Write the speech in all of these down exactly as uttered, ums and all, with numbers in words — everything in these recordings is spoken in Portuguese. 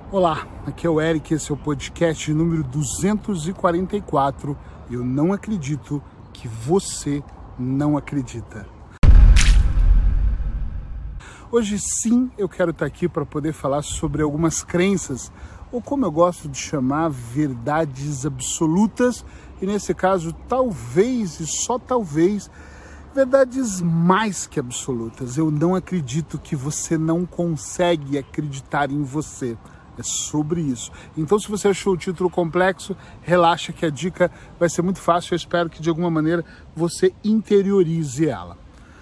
Olá, aqui é o Eric, esse é o podcast número duzentos e quarenta e quatro. Eu não acredito que você não acredita. Hoje sim eu quero estar aqui para poder falar sobre algumas crenças, ou como eu gosto de chamar, verdades absolutas, e nesse caso talvez e só talvez verdades mais que absolutas. Eu não acredito que você não consegue acreditar em você. É sobre isso. Então, se você achou o título complexo, relaxa que a dica vai ser muito fácil. Eu espero que de alguma maneira você interiorize ela.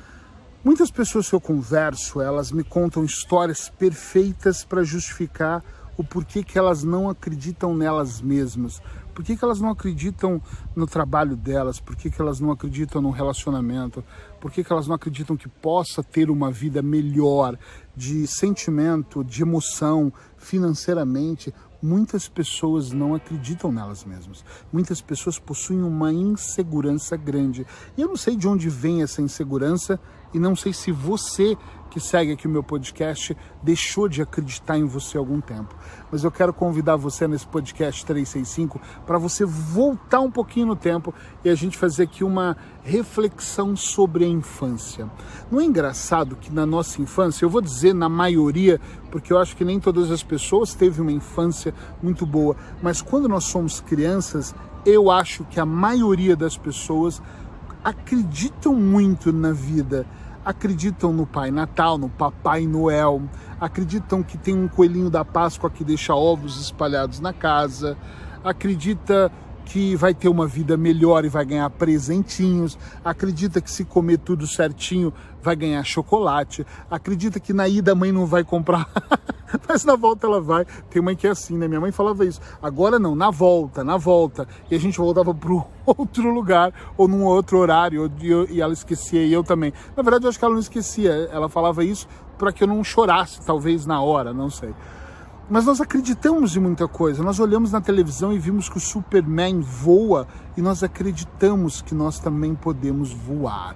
Muitas pessoas que eu converso, elas me contam histórias perfeitas para justificar o porquê que elas não acreditam nelas mesmas. Por que que elas não acreditam no trabalho delas? Por que que elas não acreditam no relacionamento? Por que que elas não acreditam que possa ter uma vida melhor, de sentimento, de emoção, financeiramente? Muitas pessoas não acreditam nelas mesmas. Muitas pessoas possuem uma insegurança grande. E eu não sei de onde vem essa insegurança e não sei se você que segue aqui o meu podcast deixou de acreditar em você há algum tempo. Mas eu quero convidar você nesse podcast trezentos e sessenta e cinco para você voltar um pouquinho no tempo e a gente fazer aqui uma reflexão sobre a infância. Não é engraçado que na nossa infância, eu vou dizer na maioria, porque eu acho que nem todas as pessoas teve uma infância muito boa, mas quando nós somos crianças, eu acho que a maioria das pessoas acreditam muito na vida. Acreditam no Pai Natal, no Papai Noel, acreditam que tem um coelhinho da Páscoa que deixa ovos espalhados na casa, acredita que vai ter uma vida melhor e vai ganhar presentinhos, acredita que se comer tudo certinho vai ganhar chocolate, acredita que na ida a mãe não vai comprar, mas na volta ela vai. Tem mãe que é assim, né? Minha mãe falava isso. Agora não, na volta, na volta. E a gente voltava para outro lugar ou num outro horário e ela esquecia e eu também. Na verdade, eu acho que ela não esquecia. Ela falava isso para que eu não chorasse, talvez na hora, não sei. Mas nós acreditamos em muita coisa. Nós olhamos na televisão e vimos que o Superman voa e nós acreditamos que nós também podemos voar.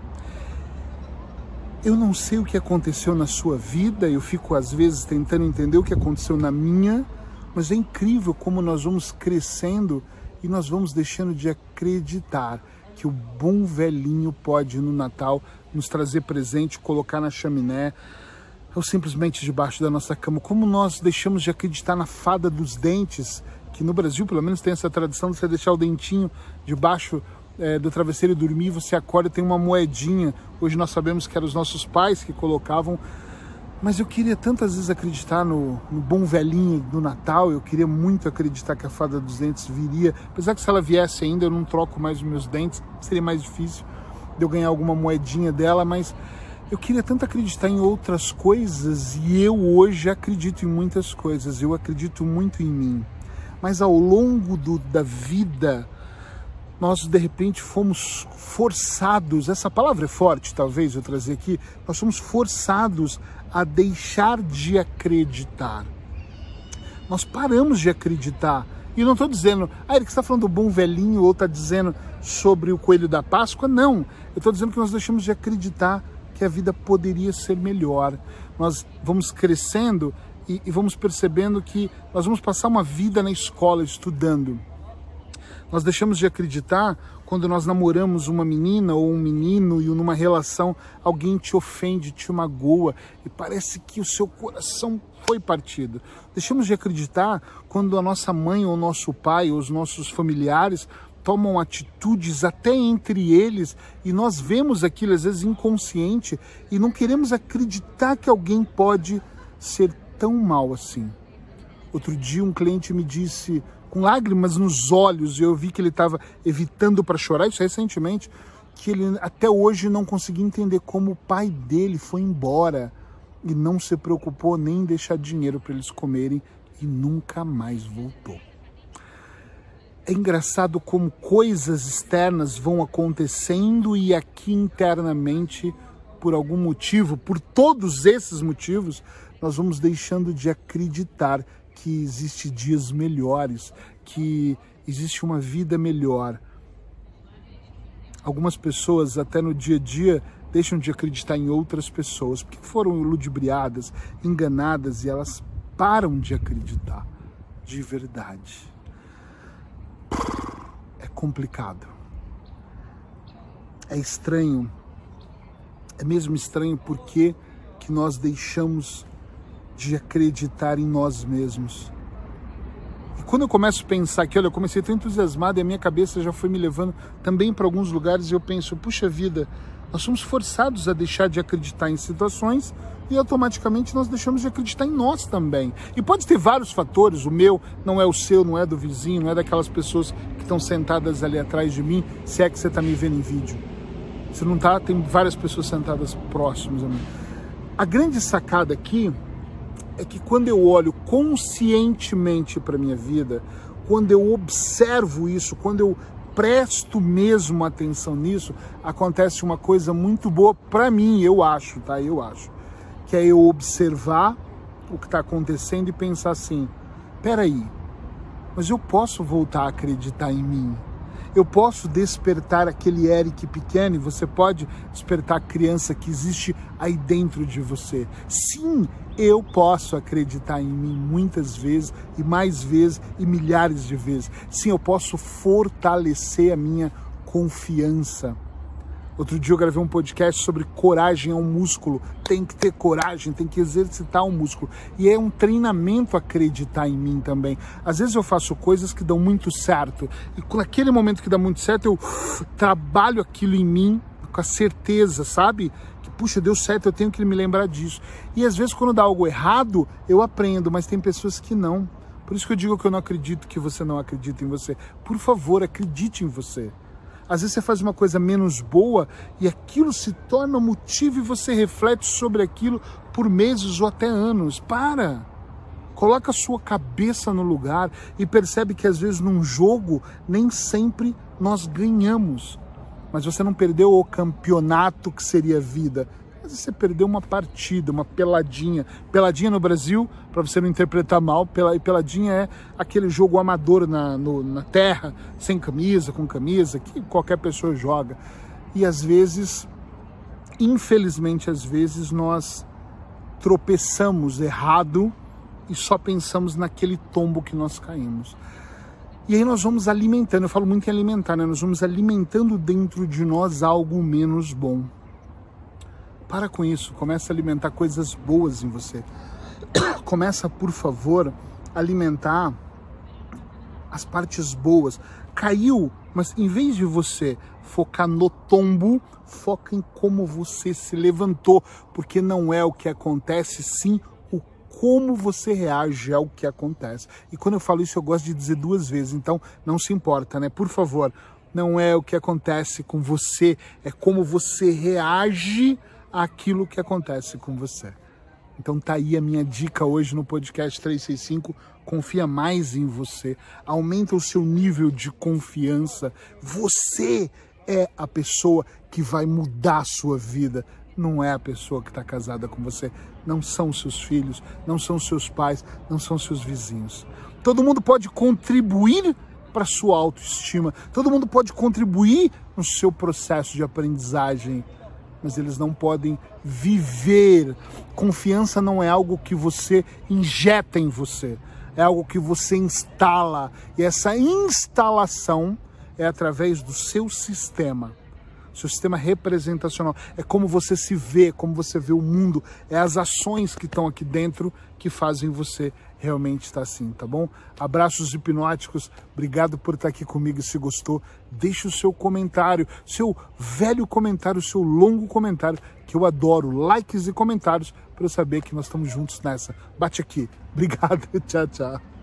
Eu não sei o que aconteceu na sua vida, eu fico às vezes tentando entender o que aconteceu na minha, mas é incrível como nós vamos crescendo e nós vamos deixando de acreditar que o bom velhinho pode no Natal nos trazer presente, colocar na chaminé, ou simplesmente debaixo da nossa cama. Como nós deixamos de acreditar na fada dos dentes, que no Brasil pelo menos tem essa tradição de você deixar o dentinho debaixo é, do travesseiro e dormir, você acorda e tem uma moedinha. Hoje nós sabemos que eram os nossos pais que colocavam, mas eu queria tantas vezes acreditar no, no bom velhinho do Natal. Eu queria muito acreditar que a fada dos dentes viria, apesar que se ela viesse ainda eu não troco mais os meus dentes, seria mais difícil de eu ganhar alguma moedinha dela, mas eu queria tanto acreditar em outras coisas e eu hoje acredito em muitas coisas, eu acredito muito em mim. Mas ao longo do, da vida, nós de repente fomos forçados, essa palavra é forte talvez eu trazer aqui, nós somos forçados a deixar de acreditar. Nós paramos de acreditar. E eu não estou dizendo, ah, Eric, você está falando do bom velhinho ou está dizendo sobre o coelho da Páscoa? Não, eu estou dizendo que nós deixamos de acreditar que a vida poderia ser melhor. Nós vamos crescendo e, e vamos percebendo que nós vamos passar uma vida na escola estudando. Nós deixamos de acreditar quando nós namoramos uma menina ou um menino e numa relação alguém te ofende, te magoa e parece que o seu coração foi partido. Deixamos de acreditar quando a nossa mãe ou o nosso pai ou os nossos familiares tomam atitudes até entre eles e nós vemos aquilo às vezes inconsciente e não queremos acreditar que alguém pode ser tão mal assim. Outro dia um cliente me disse, com lágrimas nos olhos, e eu vi que ele estava evitando para chorar, isso recentemente, que ele até hoje não conseguia entender como o pai dele foi embora e não se preocupou nem em deixar dinheiro para eles comerem e nunca mais voltou. É engraçado como coisas externas vão acontecendo e aqui internamente, por algum motivo, por todos esses motivos, nós vamos deixando de acreditar que existe dias melhores, que existe uma vida melhor. Algumas pessoas até no dia a dia deixam de acreditar em outras pessoas, porque foram ludibriadas, enganadas e elas param de acreditar de verdade. É complicado. É estranho. É mesmo estranho porque que nós deixamos de acreditar em nós mesmos. E quando eu começo a pensar que, olha, eu comecei tão entusiasmado e a minha cabeça já foi me levando também para alguns lugares e eu penso, puxa vida, nós somos forçados a deixar de acreditar em situações e automaticamente nós deixamos de acreditar em nós também. E pode ter vários fatores, o meu não é o seu, não é do vizinho, não é daquelas pessoas que estão sentadas ali atrás de mim, se é que você está me vendo em vídeo. Se não está, tem várias pessoas sentadas próximas a mim. A grande sacada aqui é que quando eu olho conscientemente para a minha vida, quando eu observo isso, quando eu presto mesmo atenção nisso, acontece uma coisa muito boa para mim, eu acho, tá? Eu acho. Que é eu observar o que está acontecendo e pensar assim, peraí, mas eu posso voltar a acreditar em mim. Eu posso despertar aquele Eric pequeno e você pode despertar a criança que existe aí dentro de você. Sim, eu posso acreditar em mim muitas vezes e mais vezes e milhares de vezes. Sim, eu posso fortalecer a minha confiança. Outro dia eu gravei um podcast sobre coragem é um músculo. Tem que ter coragem, tem que exercitar um músculo. E é um treinamento acreditar em mim também. Às vezes eu faço coisas que dão muito certo. E naquele momento que dá muito certo, eu trabalho aquilo em mim com a certeza, sabe? Que, puxa, deu certo, eu tenho que me lembrar disso. E às vezes quando dá algo errado, eu aprendo, mas tem pessoas que não. Por isso que eu digo que eu não acredito que você não acredita em você. Por favor, acredite em você. Às vezes você faz uma coisa menos boa e aquilo se torna motivo e você reflete sobre aquilo por meses ou até anos. Para! Coloca a sua cabeça no lugar e percebe que às vezes num jogo nem sempre nós ganhamos. Mas você não perdeu o campeonato que seria a vida. Às vezes você perdeu uma partida, uma peladinha. Peladinha no Brasil, para você não interpretar mal, peladinha é aquele jogo amador na, no, na terra, sem camisa, com camisa, que qualquer pessoa joga. E às vezes, infelizmente, às vezes nós tropeçamos errado e só pensamos naquele tombo que nós caímos. E aí nós vamos alimentando, eu falo muito em alimentar, né? Nós vamos alimentando dentro de nós algo menos bom. Para com isso, começa a alimentar coisas boas em você. Começa, por favor, a alimentar as partes boas. Caiu, mas em vez de você focar no tombo, foca em como você se levantou, porque não é o que acontece, sim o como você reage ao que acontece. E quando eu falo isso, eu gosto de dizer duas vezes, então não se importa, né? Por favor, não é o que acontece com você, é como você reage aquilo que acontece com você. Então tá aí a minha dica hoje no podcast trezentos e sessenta e cinco, confia mais em você, aumenta o seu nível de confiança, você é a pessoa que vai mudar a sua vida, não é a pessoa que está casada com você, não são seus filhos, não são seus pais, não são seus vizinhos. Todo mundo pode contribuir para a sua autoestima, todo mundo pode contribuir no seu processo de aprendizagem, mas eles não podem viver. Confiança não é algo que você injeta em você, é algo que você instala. E essa instalação é através do seu sistema, seu sistema representacional. É como você se vê, como você vê o mundo, é as ações que estão aqui dentro que fazem você realmente estar assim, tá bom? Abraços hipnóticos, obrigado por estar aqui comigo. Se gostou, deixe o seu comentário, seu velho comentário, seu longo comentário, que eu adoro, likes e comentários, para eu saber que nós estamos juntos nessa. Bate aqui. Obrigado, tchau, tchau.